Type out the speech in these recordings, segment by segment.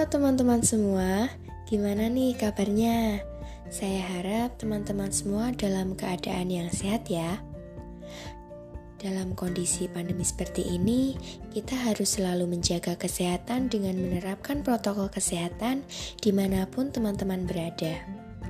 teman-teman semua, gimana nih kabarnya? Saya harap teman-teman semua dalam keadaan yang sehat ya. Dalam kondisi pandemi seperti ini, kita harus selalu menjaga kesehatan dengan menerapkan protokol kesehatan dimanapun teman-teman berada.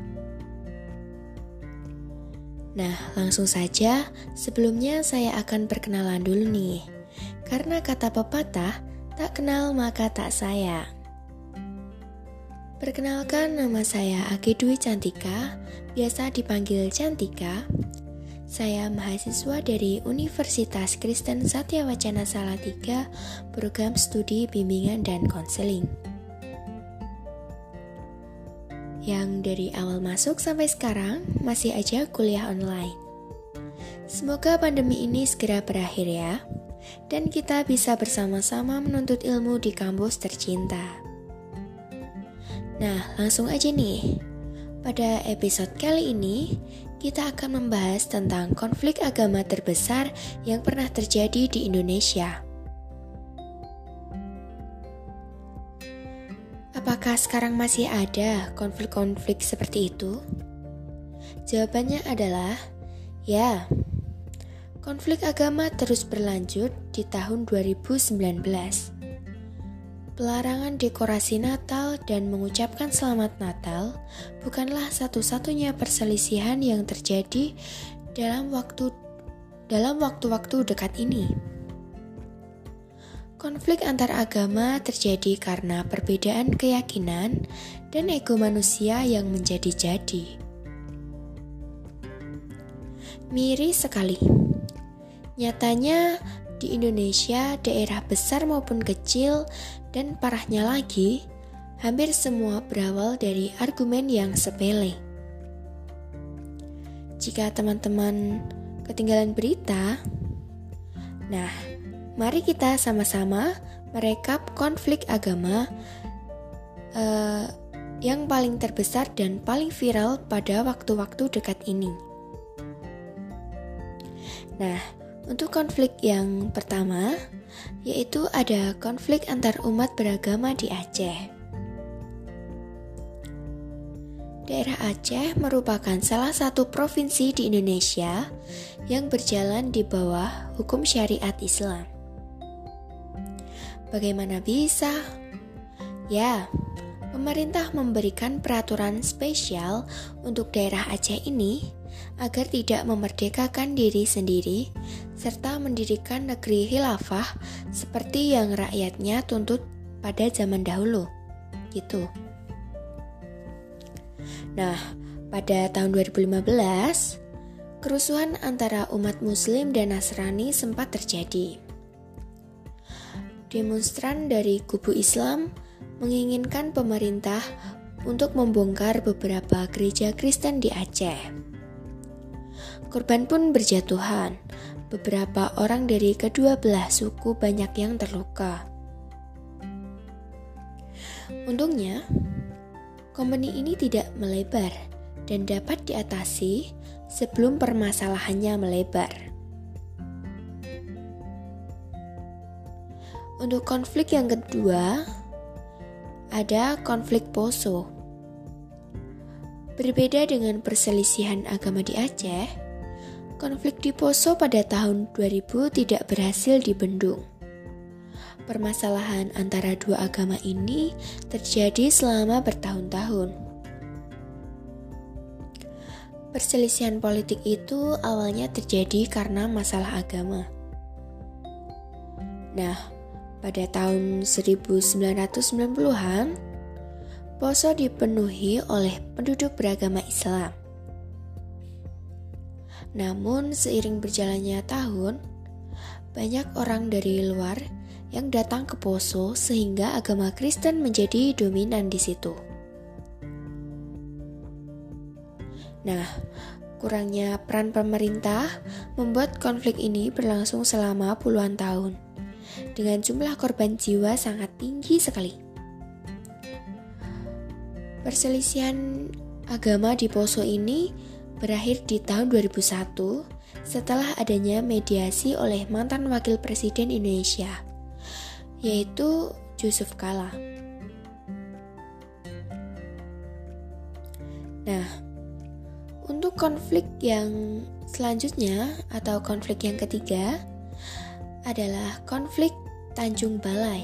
Nah, langsung saja, sebelumnya saya akan perkenalan dulu nih. Karena kata pepatah, tak kenal maka tak sayang. Perkenalkan, nama saya Age Dwi Cantika, biasa dipanggil Cantika. Saya mahasiswa dari Universitas Kristen Satya Wacana Salatiga, program studi bimbingan dan konseling. Yang dari awal masuk sampai sekarang masih aja kuliah online. Semoga pandemi ini segera berakhir ya, dan kita bisa bersama-sama menuntut ilmu di kampus tercinta. Nah, langsung aja nih. Pada episode kali ini, kita akan membahas tentang konflik agama terbesar yang pernah terjadi di Indonesia. Apakah sekarang masih ada konflik-konflik seperti itu? Jawabannya adalah, ya. Konflik agama terus berlanjut di tahun 2019. Pelarangan dekorasi Natal dan mengucapkan Selamat Natal bukanlah satu-satunya perselisihan yang terjadi dalam waktu-waktu dekat ini. Konflik antar agama terjadi karena perbedaan keyakinan dan ego manusia yang menjadi-jadi. Miris sekali. Nyatanya, di Indonesia, daerah besar maupun kecil, dan parahnya lagi, hampir semua berawal dari argumen yang sepele. Jika teman-teman ketinggalan berita, nah, mari kita sama-sama merekap konflik agama yang paling terbesar dan paling viral pada waktu-waktu dekat ini. Nah, untuk konflik yang pertama, yaitu ada konflik antar umat beragama di Aceh. Daerah Aceh merupakan salah satu provinsi di Indonesia yang berjalan di bawah hukum syariat Islam. Bagaimana bisa? Ya, pemerintah memberikan peraturan spesial untuk daerah Aceh ini agar tidak memerdekakan diri sendiri serta mendirikan negeri khilafah seperti yang rakyatnya tuntut pada zaman dahulu. Gitu. Nah, pada tahun 2015, kerusuhan antara umat Muslim dan Nasrani sempat terjadi. Demonstran dari kubu Islam menginginkan pemerintah untuk membongkar beberapa gereja Kristen di Aceh. Korban pun berjatuhan. Beberapa orang dari kedua belah suku banyak yang terluka. Untungnya, kompeni ini tidak melebar dan dapat diatasi sebelum permasalahannya melebar. Untuk konflik yang kedua, ada konflik Poso. Berbeda dengan perselisihan agama di Aceh, konflik di Poso pada tahun 2000 tidak berhasil dibendung. Permasalahan antara dua agama ini terjadi selama bertahun-tahun. Perselisihan politik itu awalnya terjadi karena masalah agama. Nah, pada tahun 1990-an, Poso dipenuhi oleh penduduk beragama Islam. Namun seiring berjalannya tahun, banyak orang dari luar yang datang ke Poso sehingga agama Kristen menjadi dominan di situ. Nah, kurangnya peran pemerintah membuat konflik ini berlangsung selama puluhan tahun, dengan jumlah korban jiwa sangat tinggi sekali. Perselisihan agama di Poso ini berakhir di tahun 2001 setelah adanya mediasi oleh mantan wakil presiden Indonesia, yaitu Yusuf Kala. Nah, untuk konflik yang selanjutnya atau konflik yang ketiga adalah konflik Tanjung Balai.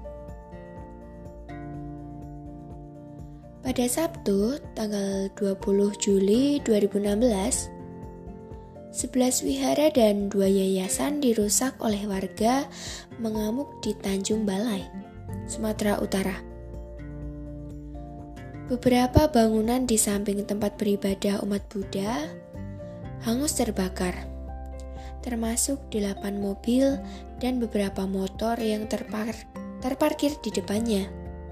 Pada Sabtu, tanggal 20 Juli 2016, 11 wihara dan 2 yayasan dirusak oleh warga mengamuk di Tanjung Balai, Sumatera Utara. Beberapa bangunan di samping tempat beribadah umat Buddha hangus terbakar, termasuk 8 mobil dan beberapa motor yang terparkir di depannya.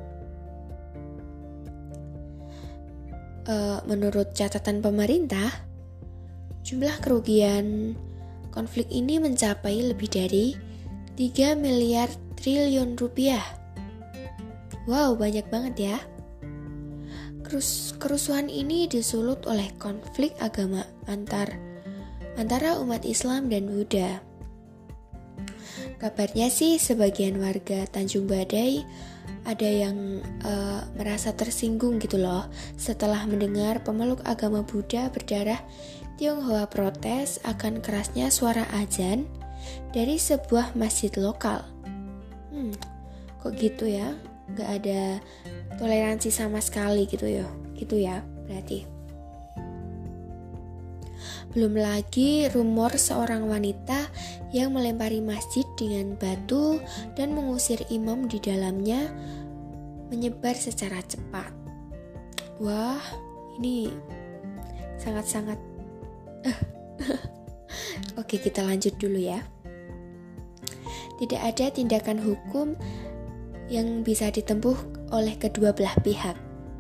Menurut catatan pemerintah, jumlah kerugian konflik ini mencapai lebih dari 3 miliar triliun rupiah. Wow, banyak banget ya. Kerusuhan ini disulut oleh konflik agama antara umat Islam dan Buddha. Kabarnya sih sebagian warga Tanjung Balai ada yang merasa tersinggung gitu loh setelah mendengar pemeluk agama Buddha berdarah Tionghoa protes akan kerasnya suara azan dari sebuah masjid lokal. Kok gitu ya? Gak ada toleransi sama sekali gitu ya berarti. Belum lagi rumor seorang wanita yang melempari masjid dengan batu dan mengusir imam di dalamnya menyebar secara cepat. Wah, ini sangat-sangat Oke, kita lanjut dulu ya. Tidak ada tindakan hukum yang bisa ditempuh oleh kedua belah pihak.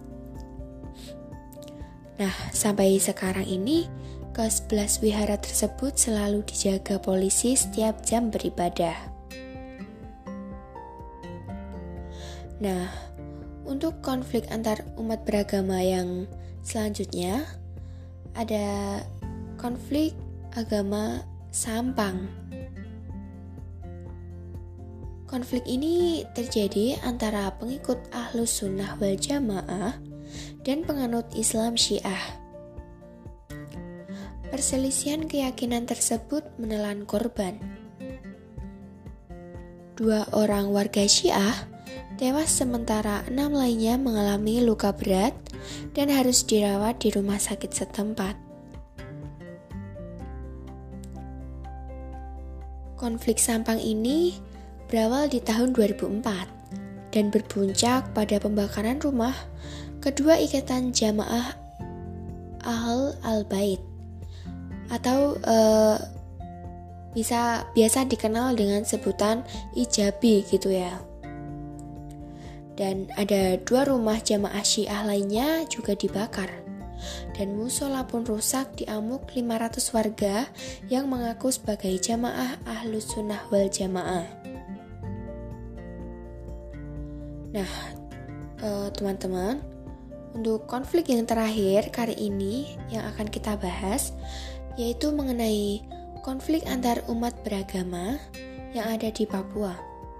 Nah, sampai sekarang ini ke-11 wihara tersebut selalu dijaga polisi setiap jam beribadah. Nah, untuk konflik antar umat beragama yang selanjutnya ada konflik agama Sampang. Konflik ini terjadi antara pengikut Ahlus Sunnah wal Jamaah dan penganut Islam Syiah. Perselisihan keyakinan tersebut menelan korban. 2 orang warga Syiah tewas sementara 6 lainnya mengalami luka berat dan harus dirawat di rumah sakit setempat. Konflik Sampang ini berawal di tahun 2004 dan berpuncak pada pembakaran rumah kedua ikatan jamaah Ahl al-Bait atau biasa dikenal dengan sebutan Ijabi gitu ya. Dan ada 2 rumah jamaah Syiah lainnya juga dibakar. Dan musola pun rusak diamuk 500 warga yang mengaku sebagai jamaah Ahlus Sunnah wal Jamaah. Nah, teman-teman, untuk konflik yang terakhir kali ini yang akan kita bahas yaitu mengenai konflik antar umat beragama yang ada di Papua.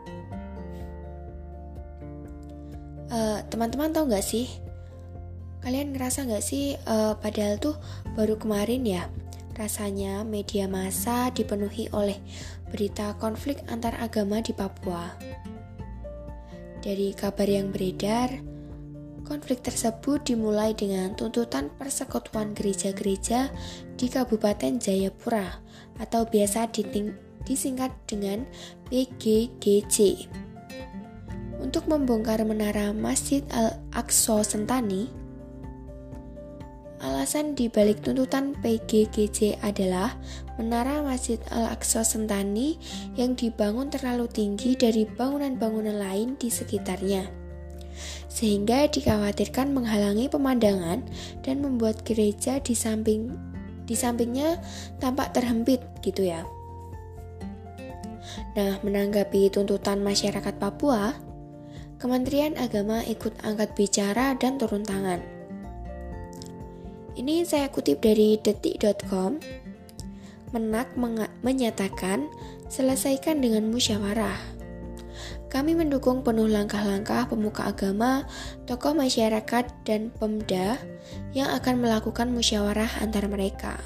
Teman-teman tahu nggak sih? Kalian ngerasa nggak sih? Padahal tuh baru kemarin ya, rasanya media massa dipenuhi oleh berita konflik antar agama di Papua. Dari kabar yang beredar, konflik tersebut dimulai dengan tuntutan persekutuan gereja-gereja di Kabupaten Jayapura atau biasa disingkat dengan PGGJ untuk membongkar menara Masjid Al-Aqsa Sentani. Alasan dibalik tuntutan PGGJ adalah menara Masjid Al-Aqsa Sentani yang dibangun terlalu tinggi dari bangunan-bangunan lain di sekitarnya, sehingga dikhawatirkan menghalangi pemandangan dan membuat gereja di sampingnya tampak terhempit gitu ya. Nah, menanggapi tuntutan masyarakat Papua, Kementerian Agama ikut angkat bicara dan turun tangan. Ini saya kutip dari detik.com. Menak menyatakan selesaikan dengan musyawarah. Kami mendukung penuh langkah-langkah pemuka agama, tokoh masyarakat, dan Pemda yang akan melakukan musyawarah antar mereka.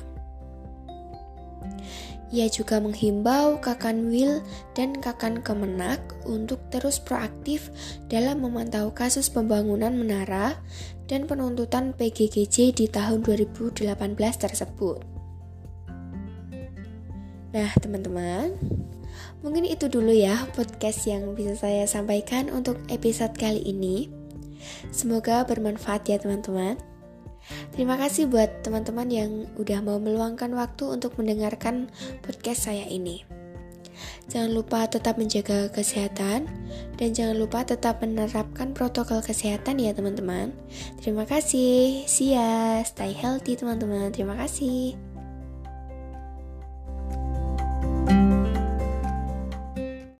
Ia juga menghimbau Kakanwil dan Kakan Kemenak untuk terus proaktif dalam memantau kasus pembangunan menara dan penuntutan PGGJ di tahun 2018 tersebut. Nah, teman-teman, mungkin itu dulu ya podcast yang bisa saya sampaikan untuk episode kali ini. Semoga bermanfaat ya teman-teman. Terima kasih buat teman-teman yang udah mau meluangkan waktu untuk mendengarkan podcast saya ini. Jangan lupa tetap menjaga kesehatan dan jangan lupa tetap menerapkan protokol kesehatan ya teman-teman. Terima kasih. See ya. Stay healthy teman-teman. Terima kasih.